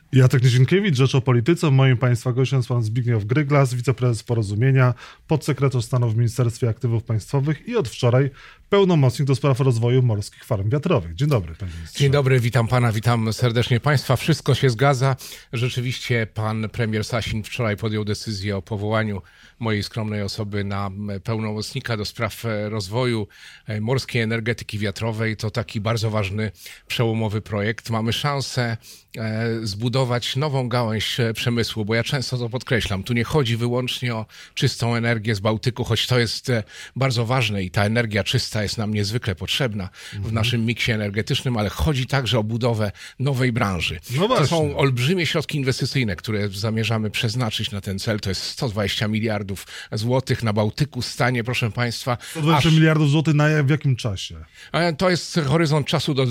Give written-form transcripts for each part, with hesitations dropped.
Jacek Nizinkiewicz, Rzecz o Polityce. Moim Państwa gościem jest pan Zbigniew Gryglas, wiceprezes Porozumienia, podsekretarz stanu w Ministerstwie Aktywów Państwowych i od wczoraj pełnomocnik do spraw rozwoju morskich farm wiatrowych. Dzień dobry, panie ministrze. Dzień dobry, witam pana, witam serdecznie państwa. Wszystko się zgadza. Rzeczywiście pan premier Sasin wczoraj podjął decyzję o powołaniu mojej skromnej osoby na pełnomocnika do spraw rozwoju morskiej energetyki wiatrowej. To taki bardzo ważny, przełomowy projekt. Mamy szansę zbudować nową gałąź przemysłu, bo ja często to podkreślam. Tu nie chodzi wyłącznie o czystą energię z Bałtyku, choć to jest bardzo ważne i ta energia czysta jest nam niezwykle potrzebna w naszym miksie energetycznym, ale chodzi także o budowę nowej branży. No to są olbrzymie środki inwestycyjne, które zamierzamy przeznaczyć na ten cel. To jest 120 miliardów złotych na Bałtyku stanie, proszę państwa. 120 miliardów złotych w jakim czasie? To jest horyzont czasu do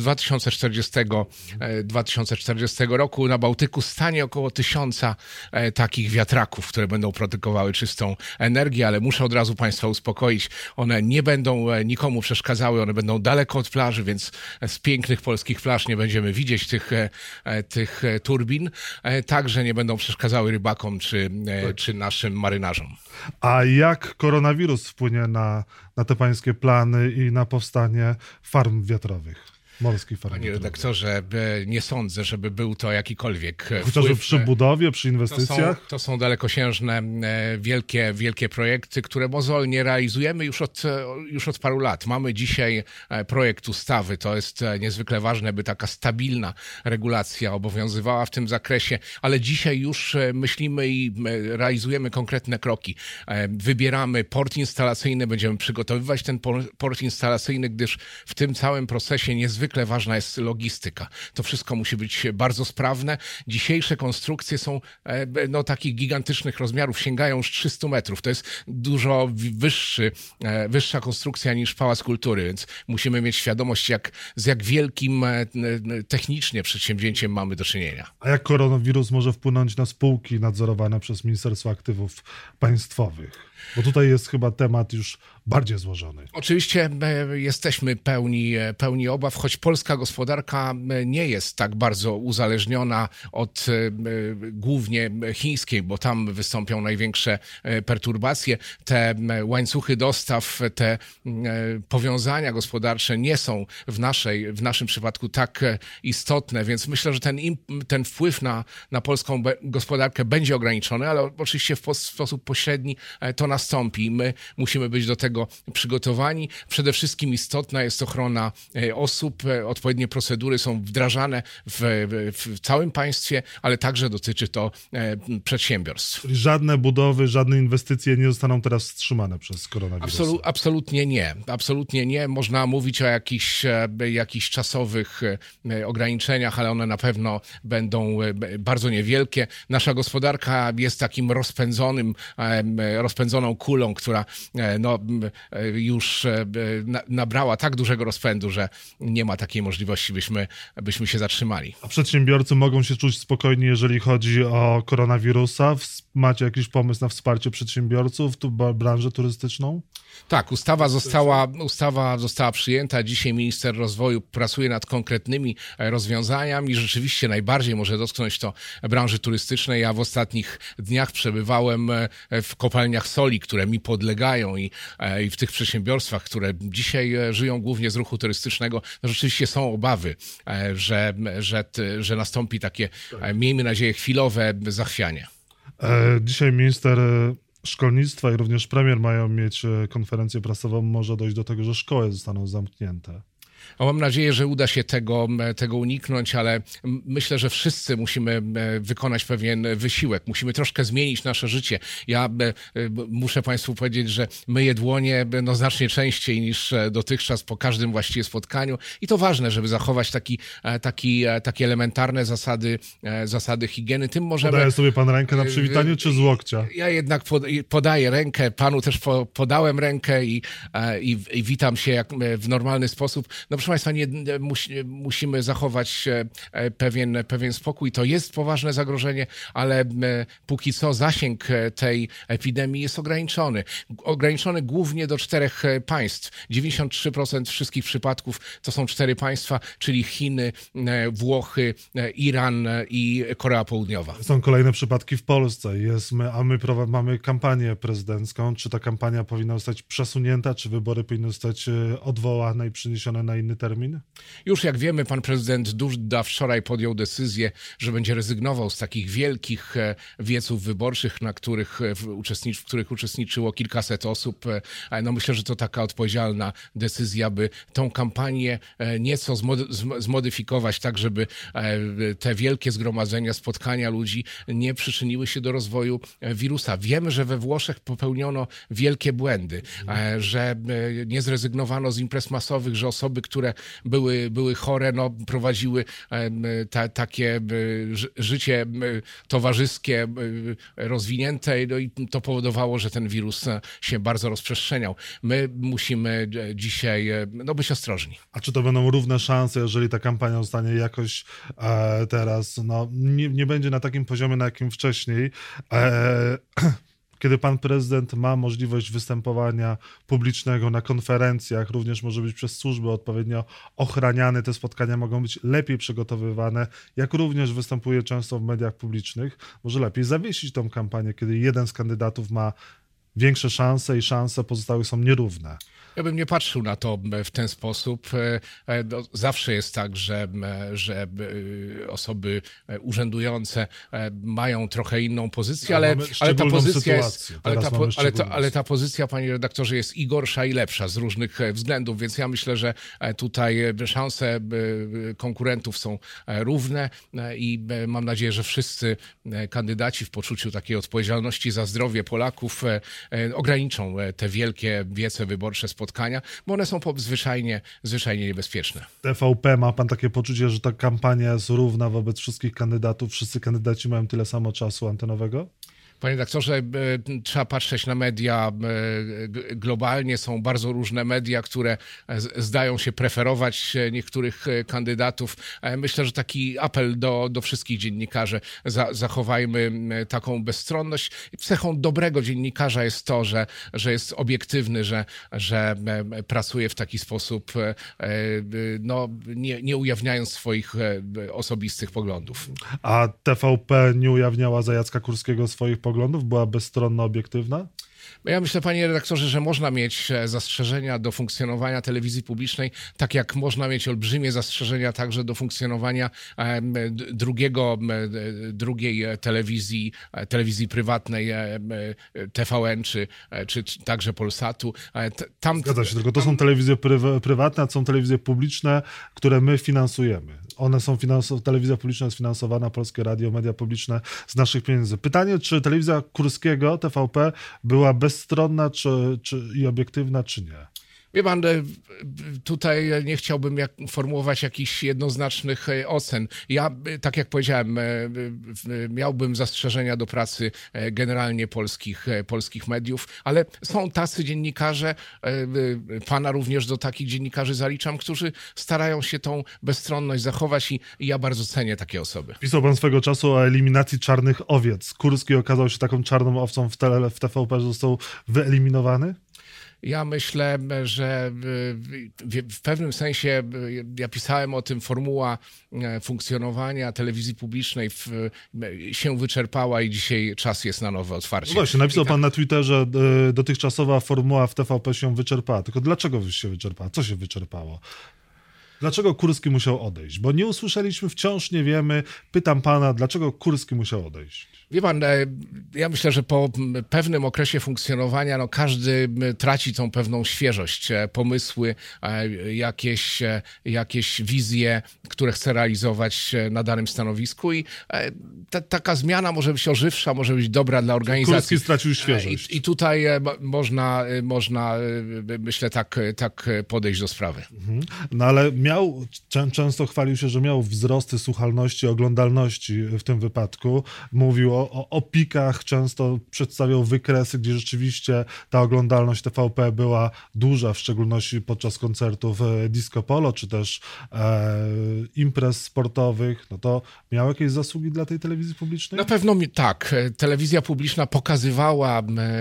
2040 roku. Na Bałtyku stanie około 1000 takich wiatraków, które będą produkowały czystą energię, ale muszę od razu państwa uspokoić. One nie będą nikomu przeszkadzały, one będą daleko od plaży, więc z pięknych polskich plaż nie będziemy widzieć tych turbin. Także nie będą przeszkadzały rybakom czy naszym marynarzom. A jak koronawirus wpłynie na te pańskie plany i na powstanie farm wiatrowych? Panie redaktorze, nie sądzę, żeby był to jakikolwiek chociażby wpływ. przy budowie, przy inwestycjach? To są dalekosiężne, wielkie projekty, które mozolnie realizujemy już od paru lat. Mamy dzisiaj projekt ustawy. To jest niezwykle ważne, by taka stabilna regulacja obowiązywała w tym zakresie, ale dzisiaj już myślimy i realizujemy konkretne kroki. Wybieramy port instalacyjny, będziemy przygotowywać ten port instalacyjny, gdyż w tym całym procesie niezwykle ważna jest logistyka. To wszystko musi być bardzo sprawne. Dzisiejsze konstrukcje są takich gigantycznych rozmiarów, sięgają już 300 metrów. To jest dużo wyższa konstrukcja niż Pałac Kultury, więc musimy mieć świadomość, z jak wielkim technicznie przedsięwzięciem mamy do czynienia. A jak koronawirus może wpłynąć na spółki nadzorowane przez Ministerstwo Aktywów Państwowych? Bo tutaj jest chyba temat już bardziej złożony. Oczywiście jesteśmy pełni obaw, choć polska gospodarka nie jest tak bardzo uzależniona od głównie chińskiej, bo tam wystąpią największe perturbacje. Te łańcuchy dostaw, te powiązania gospodarcze nie są w naszym przypadku tak istotne, więc myślę, że ten wpływ na polską gospodarkę będzie ograniczony, ale oczywiście w sposób pośredni to nastąpi. My musimy być do tego przygotowani. Przede wszystkim istotna jest ochrona osób. Odpowiednie procedury są wdrażane w całym państwie, ale także dotyczy to przedsiębiorstw. Czyli żadne budowy, żadne inwestycje nie zostaną teraz wstrzymane przez koronawirusa? Absolutnie nie. Absolutnie nie. Można mówić o jakichś czasowych ograniczeniach, ale one na pewno będą bardzo niewielkie. Nasza gospodarka jest takim rozpędzoną kulą, która już nabrała tak dużego rozpędu, że nie ma takiej możliwości, byśmy się zatrzymali. A przedsiębiorcy mogą się czuć spokojni, jeżeli chodzi o koronawirusa? Macie jakiś pomysł na wsparcie przedsiębiorców, branżę turystyczną? Tak, ustawa została przyjęta. Dzisiaj minister rozwoju pracuje nad konkretnymi rozwiązaniami. Rzeczywiście najbardziej może dotknąć to branży turystycznej. Ja w ostatnich dniach przebywałem w kopalniach soli, które mi podlegają i w tych przedsiębiorstwach, które dzisiaj żyją głównie z ruchu turystycznego. No rzeczywiście są obawy, że nastąpi takie, miejmy nadzieję, chwilowe zachwianie. Dzisiaj minister szkolnictwa i również premier mają mieć konferencję prasową. Może dojść do tego, że szkoły zostaną zamknięte. Mam nadzieję, że uda się tego uniknąć, ale myślę, że wszyscy musimy wykonać pewien wysiłek. Musimy troszkę zmienić nasze życie. Ja muszę państwu powiedzieć, że myję dłonie znacznie częściej niż dotychczas po każdym właściwie spotkaniu i to ważne, żeby zachować takie elementarne zasady higieny. Tym możemy... Podaje sobie pan rękę na przywitanie czy z łokcia? Ja jednak podaję rękę, panu też podałem rękę i witam się w normalny sposób. No no proszę Państwa, musimy zachować pewien spokój. To jest poważne zagrożenie, ale póki co zasięg tej epidemii jest ograniczony. Ograniczony głównie do 4 państw. 93% wszystkich przypadków to są 4 państwa, czyli Chiny, Włochy, Iran i Korea Południowa. Są kolejne przypadki w Polsce. My mamy kampanię prezydencką. Czy ta kampania powinna zostać przesunięta, czy wybory powinny zostać odwołane i przeniesione na inny termin? Już jak wiemy, pan prezydent Duda wczoraj podjął decyzję, że będzie rezygnował z takich wielkich wieców wyborczych, w których uczestniczyło kilkaset osób. No myślę, że to taka odpowiedzialna decyzja, by tą kampanię nieco zmodyfikować tak, żeby te wielkie zgromadzenia, spotkania ludzi nie przyczyniły się do rozwoju wirusa. Wiemy, że we Włoszech popełniono wielkie błędy, że nie zrezygnowano z imprez masowych, że osoby, które były chore, no, prowadziły takie życie towarzyskie rozwinięte, no i to powodowało, że ten wirus się bardzo rozprzestrzeniał. My musimy dzisiaj być ostrożni. A czy to będą równe szanse, jeżeli ta kampania zostanie jakoś teraz, nie będzie na takim poziomie, na jakim wcześniej, kiedy pan prezydent ma możliwość występowania publicznego na konferencjach, również może być przez służby odpowiednio ochraniane, te spotkania mogą być lepiej przygotowywane, jak również występuje często w mediach publicznych, może lepiej zawiesić tą kampanię, kiedy jeden z kandydatów ma większe szanse i szanse pozostałych są nierówne. Ja bym nie patrzył na to w ten sposób. Zawsze jest tak, że osoby urzędujące mają trochę inną pozycję, ale ta pozycja, panie redaktorze, jest i gorsza, i lepsza z różnych względów, więc ja myślę, że tutaj szanse konkurentów są równe i mam nadzieję, że wszyscy kandydaci w poczuciu takiej odpowiedzialności za zdrowie Polaków ograniczą te wielkie wiece wyborcze spotkania, bo one są zwyczajnie niebezpieczne. TVP, ma pan takie poczucie, że ta kampania jest równa wobec wszystkich kandydatów? Wszyscy kandydaci mają tyle samo czasu antenowego? Panie redaktorze, trzeba patrzeć na media globalnie. Są bardzo różne media, które zdają się preferować niektórych kandydatów. Myślę, że taki apel do wszystkich dziennikarzy. Zachowajmy taką bezstronność. Cechą dobrego dziennikarza jest to, że jest obiektywny, że pracuje w taki sposób, nie ujawniając swoich osobistych poglądów. A TVP nie ujawniała za Jacka Kurskiego swoich poglądów? Była bezstronna, obiektywna? Ja myślę, panie redaktorze, że można mieć zastrzeżenia do funkcjonowania telewizji publicznej, tak jak można mieć olbrzymie zastrzeżenia także do funkcjonowania drugiej telewizji prywatnej, TVN czy także Polsatu. Zgadza się, tylko to są telewizje prywatne, a to są telewizje publiczne, które my finansujemy. Telewizja publiczna jest finansowana, Polskie Radio, media publiczne z naszych pieniędzy. Pytanie, czy telewizja Kurskiego, TVP, była bezstronna i obiektywna, czy nie? Wie pan, tutaj nie chciałbym formułować jakichś jednoznacznych ocen. Ja, tak jak powiedziałem, miałbym zastrzeżenia do pracy generalnie polskich mediów, ale są tacy dziennikarze, pana również do takich dziennikarzy zaliczam, którzy starają się tą bezstronność zachować i ja bardzo cenię takie osoby. Pisał pan swego czasu o eliminacji czarnych owiec. Kurski okazał się taką czarną owcą w TVP, że został wyeliminowany? Ja myślę, że w pewnym sensie ja pisałem o tym, formuła funkcjonowania telewizji publicznej się wyczerpała i dzisiaj czas jest na nowe otwarcie. No właśnie, napisał pan na Twitterze, dotychczasowa formuła w TVP się wyczerpała. Tylko dlaczego się wyczerpała? Co się wyczerpało? Dlaczego Kurski musiał odejść? Bo nie usłyszeliśmy, wciąż nie wiemy. Pytam pana, dlaczego Kurski musiał odejść? Wie pan, ja myślę, że po pewnym okresie funkcjonowania każdy traci tą pewną świeżość, pomysły, jakieś wizje, które chce realizować na danym stanowisku i taka zmiana może być ożywsza, może być dobra dla organizacji. Kurski stracił świeżość. I tutaj można myślę, tak podejść do sprawy. No ale często chwalił się, że miał wzrosty słuchalności, oglądalności w tym wypadku. Mówił o pikach, często przedstawiał wykresy, gdzie rzeczywiście ta oglądalność TVP była duża, w szczególności podczas koncertów Disco Polo, czy też imprez sportowych. No to miał jakieś zasługi dla tej telewizji publicznej? Na pewno tak. Telewizja publiczna pokazywała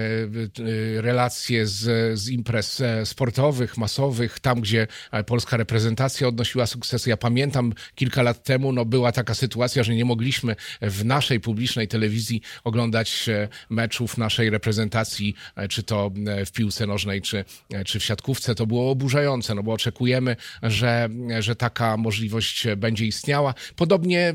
relacje z imprez sportowych, masowych, tam gdzie polska reprezentacja odnosiła sukcesy. Ja pamiętam kilka lat temu była taka sytuacja, że nie mogliśmy w naszej publicznej telewizji oglądać meczów naszej reprezentacji, czy to w piłce nożnej, czy w siatkówce. To było oburzające, bo oczekujemy, że taka możliwość będzie istniała. Podobnie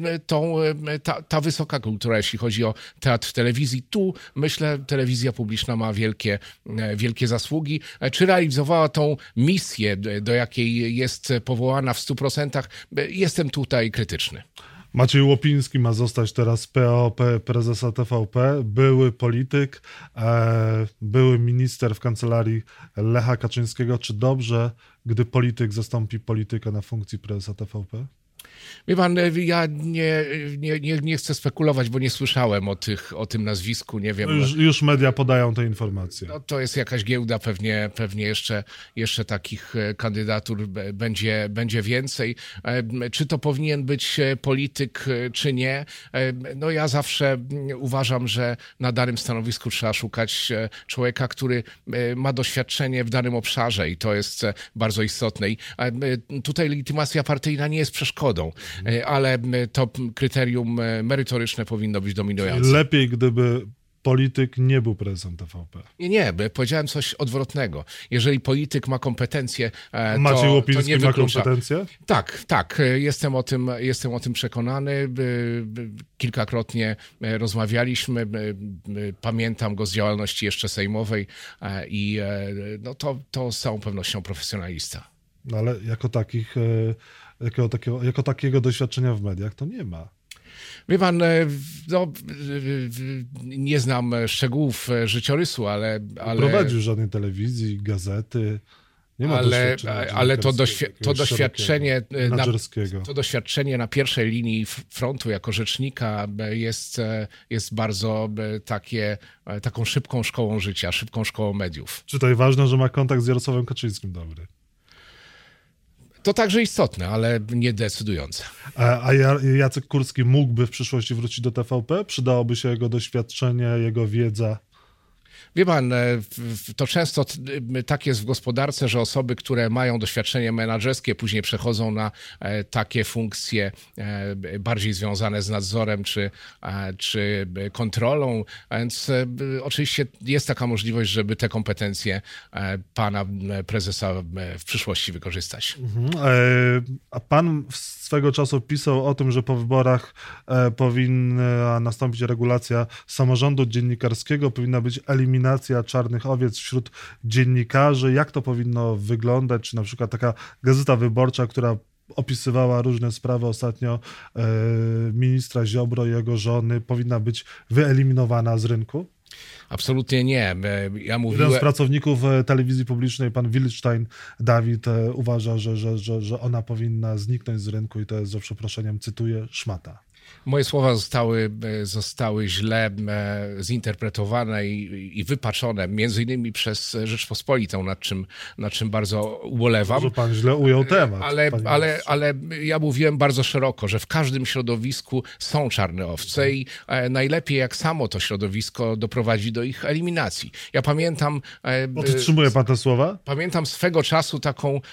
ta wysoka kultura, jeśli chodzi o teatr w telewizji. Tu, myślę, telewizja publiczna ma wielkie zasługi. Czy realizowała tą misję, do jakiej jest powołana w 100%? Jestem tutaj krytyczny. Maciej Łopiński ma zostać teraz PO prezesa TVP, były polityk, były minister w kancelarii Lecha Kaczyńskiego. Czy dobrze, gdy polityk zastąpi polityka na funkcji prezesa TVP? Wie pan, ja nie chcę spekulować, bo nie słyszałem o tym nazwisku, nie wiem. Już media podają te informacje. No, to jest jakaś giełda, pewnie jeszcze takich kandydatur będzie więcej. Czy to powinien być polityk, czy nie? No ja zawsze uważam, że na danym stanowisku trzeba szukać człowieka, który ma doświadczenie w danym obszarze i to jest bardzo istotne. I tutaj legitymacja partyjna nie jest przeszkodą, ale to kryterium merytoryczne powinno być dominujące. Lepiej, gdyby polityk nie był prezesem TVP. Nie, powiedziałem coś odwrotnego. Jeżeli polityk ma kompetencje, Maciej Łopiński to nie ma kompetencje? Tak. Jestem o tym przekonany. Kilkakrotnie rozmawialiśmy. Pamiętam go z działalności jeszcze sejmowej i to z całą pewnością profesjonalista. No ale jako takiego doświadczenia w mediach to nie ma. Wie pan, nie znam szczegółów życiorysu, ale... Prowadził żadnej telewizji, gazety. Nie ma ale to doświadczenie na pierwszej linii frontu jako rzecznika jest bardzo taką szybką szkołą życia, szybką szkołą mediów. Czy to jest ważne, że ma kontakt z Jarosławem Kaczyńskim dobry? To także istotne, ale nie decydujące. A Jacek Kurski mógłby w przyszłości wrócić do TVP? Przydałoby się jego doświadczenie, jego wiedza? Wie pan, to często tak jest w gospodarce, że osoby, które mają doświadczenie menadżerskie, później przechodzą na takie funkcje bardziej związane z nadzorem czy kontrolą, więc oczywiście jest taka możliwość, żeby te kompetencje pana prezesa w przyszłości wykorzystać. A pan swego czasu pisał o tym, że po wyborach powinna nastąpić regulacja samorządu dziennikarskiego, powinna być eliminacja czarnych owiec wśród dziennikarzy. Jak to powinno wyglądać? Czy na przykład taka Gazeta Wyborcza, która opisywała różne sprawy ostatnio ministra Ziobro i jego żony, powinna być wyeliminowana z rynku? Absolutnie nie. Jeden z pracowników telewizji publicznej, pan Wildstein Dawid, uważa, że ona powinna zniknąć z rynku i to jest, za przeproszeniem, cytuję, szmata. Moje słowa zostały źle zinterpretowane i wypaczone, między innymi przez Rzeczpospolitą, nad czym bardzo ubolewam. Może pan źle ujął temat. Ale ja mówiłem bardzo szeroko, że w każdym środowisku są czarne owce i najlepiej jak samo to środowisko doprowadzi do ich eliminacji. Ja pamiętam... Podtrzymuje pan te słowa? Pamiętam swego czasu taką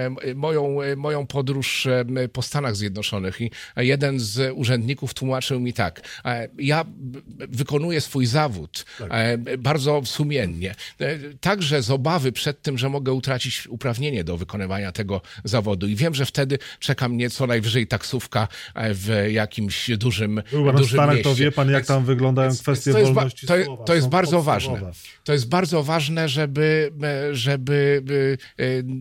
moją podróż po Stanach Zjednoczonych i jeden z urzędników tłumaczył mi tak: ja wykonuję swój zawód bardzo sumiennie, także z obawy przed tym, że mogę utracić uprawnienie do wykonywania tego zawodu i wiem, że wtedy czeka mnie co najwyżej taksówka w jakimś dużym Stanach, mieście. To wie pan, jak tam wyglądają kwestie wolności słowa. To jest bardzo ważne. To jest bardzo ważne, żeby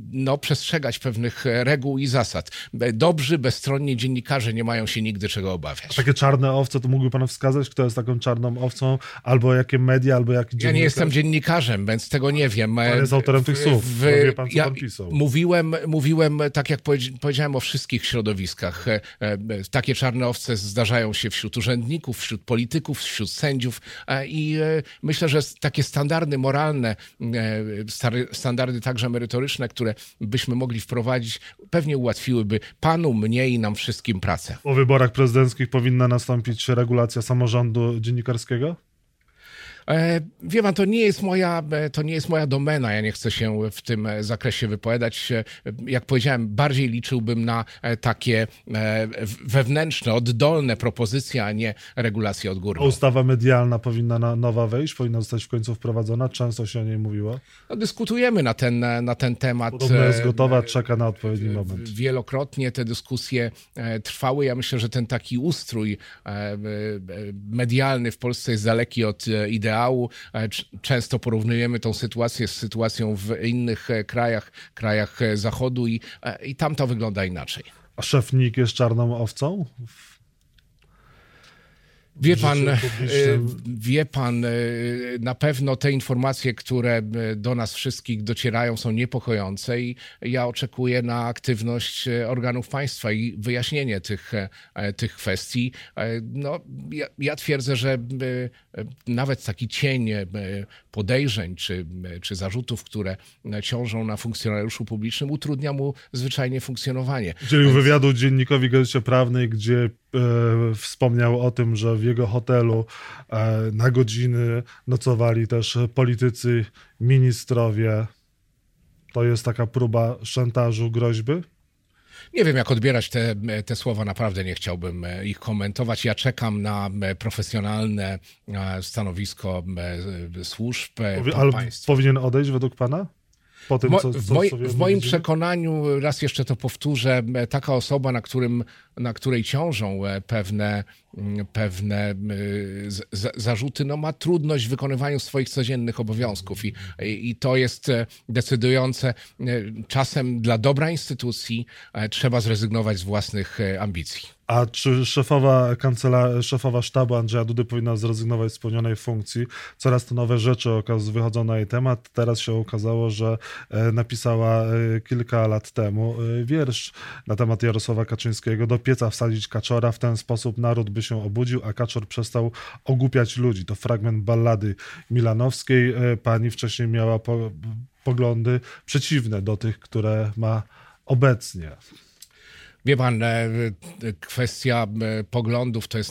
przestrzegać pewnych reguł i zasad. Dobrzy, bezstronni dziennikarze nie mają się nigdy czego obawiać. rozmawiać. Takie czarne owce, to mógłby pan wskazać, kto jest taką czarną owcą, albo jakie media, albo jaki dziennikarz? Ja nie jestem dziennikarzem, więc tego nie wiem. Pan jest autorem tych słów, wie pan, co pan pisał. Mówiłem, tak jak powiedziałem, o wszystkich środowiskach. Takie czarne owce zdarzają się wśród urzędników, wśród polityków, wśród sędziów i myślę, że takie standardy moralne, standardy także merytoryczne, które byśmy mogli wprowadzić, pewnie ułatwiłyby panu, mnie i nam wszystkim pracę. Po wyborach prezydenckich powinna nastąpić regulacja samorządu dziennikarskiego? Wie pan, to nie jest moja domena, ja nie chcę się w tym zakresie wypowiadać. Jak powiedziałem, bardziej liczyłbym na takie wewnętrzne, oddolne propozycje, a nie regulacje odgórne. Ustawa medialna powinna nowa wejść, powinna zostać w końcu wprowadzona, często się o niej mówiło. No, dyskutujemy na ten temat. Podobno jest gotowa, czeka na odpowiedni moment. Wielokrotnie te dyskusje trwały. Ja myślę, że ten taki ustrój medialny w Polsce jest daleki od ideału. Często porównujemy tą sytuację z sytuacją w innych krajach Zachodu i tam to wygląda inaczej. A szef NIK jest czarną owcą? Wie pan, na pewno te informacje, które do nas wszystkich docierają, są niepokojące i ja oczekuję na aktywność organów państwa i wyjaśnienie tych kwestii. No, ja twierdzę, że nawet taki cień podejrzeń czy zarzutów, które ciążą na funkcjonariuszu publicznym, utrudnia mu zwyczajnie funkcjonowanie. Udzielił wywiadu dziennikowi Gazecie Prawnej, gdzie wspomniał o tym, że w jego hotelu na godziny nocowali też politycy, ministrowie. To jest taka próba szantażu, groźby? Nie wiem, jak odbierać te słowa, naprawdę nie chciałbym ich komentować. Ja czekam na profesjonalne stanowisko służb państwa. Powinien odejść według pana? Po tym, w moim przekonaniu, raz jeszcze to powtórzę, taka osoba, na której ciążą pewne zarzuty, no ma trudność w wykonywaniu swoich codziennych obowiązków i to jest decydujące. Czasem dla dobra instytucji trzeba zrezygnować z własnych ambicji. A czy szefowa sztabu Andrzeja Dudy powinna zrezygnować z spełnionej funkcji? Coraz to nowe rzeczy wychodzą na jej temat. Teraz się okazało, że napisała kilka lat temu wiersz na temat Jarosława Kaczyńskiego. Do pieca wsadzić kaczora, w ten sposób naród by się obudził, a kaczor przestał ogłupiać ludzi. To fragment ballady milanowskiej. Pani wcześniej miała poglądy przeciwne do tych, które ma obecnie. Wie pan, kwestia poglądów to jest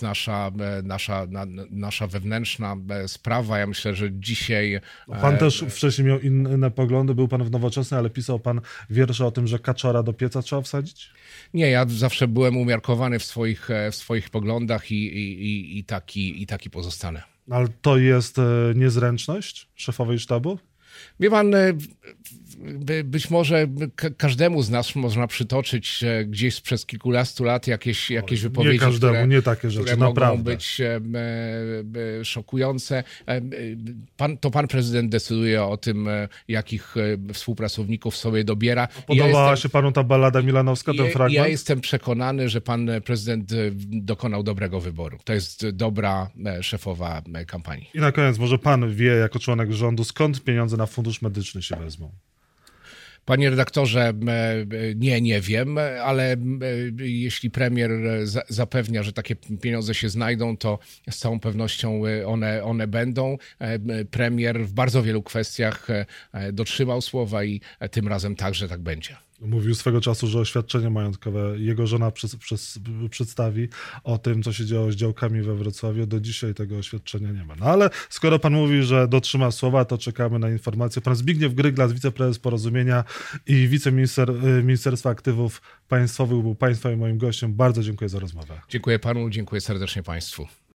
nasza wewnętrzna sprawa. Ja myślę, że dzisiaj... Pan też wcześniej miał inne poglądy, był pan w Nowoczesnej, ale pisał pan wiersze o tym, że kaczora do pieca trzeba wsadzić? Nie, ja zawsze byłem umiarkowany w swoich poglądach i taki pozostanę. Ale to jest niezręczność szefowej sztabu? Wie pan, być może każdemu z nas można przytoczyć gdzieś sprzed kilkunastu lat jakieś wypowiedzi, nie każdemu, nie takie rzeczy, które naprawdę mogą być szokujące. To pan prezydent decyduje o tym, jakich współpracowników sobie dobiera. Podobała się panu ta ballada milanowska, ten fragment? Ja jestem przekonany, że pan prezydent dokonał dobrego wyboru. To jest dobra szefowa kampanii. I na koniec, może pan wie, jako członek rządu, skąd pieniądze na fundusz medyczny się wezmą? Panie redaktorze, nie wiem, ale jeśli premier zapewnia, że takie pieniądze się znajdą, to z całą pewnością one będą. Premier w bardzo wielu kwestiach dotrzymał słowa i tym razem także tak będzie. Mówił swego czasu, że oświadczenie majątkowe jego żona przedstawi o tym, co się działo z działkami we Wrocławiu. Do dzisiaj tego oświadczenia nie ma. No ale skoro pan mówi, że dotrzyma słowa, to czekamy na informację. Pan Zbigniew Gryglas, wiceprezes Porozumienia i wiceminister Ministerstwa Aktywów Państwowych, był państwa i moim gościem. Bardzo dziękuję za rozmowę. Dziękuję panu, dziękuję serdecznie państwu.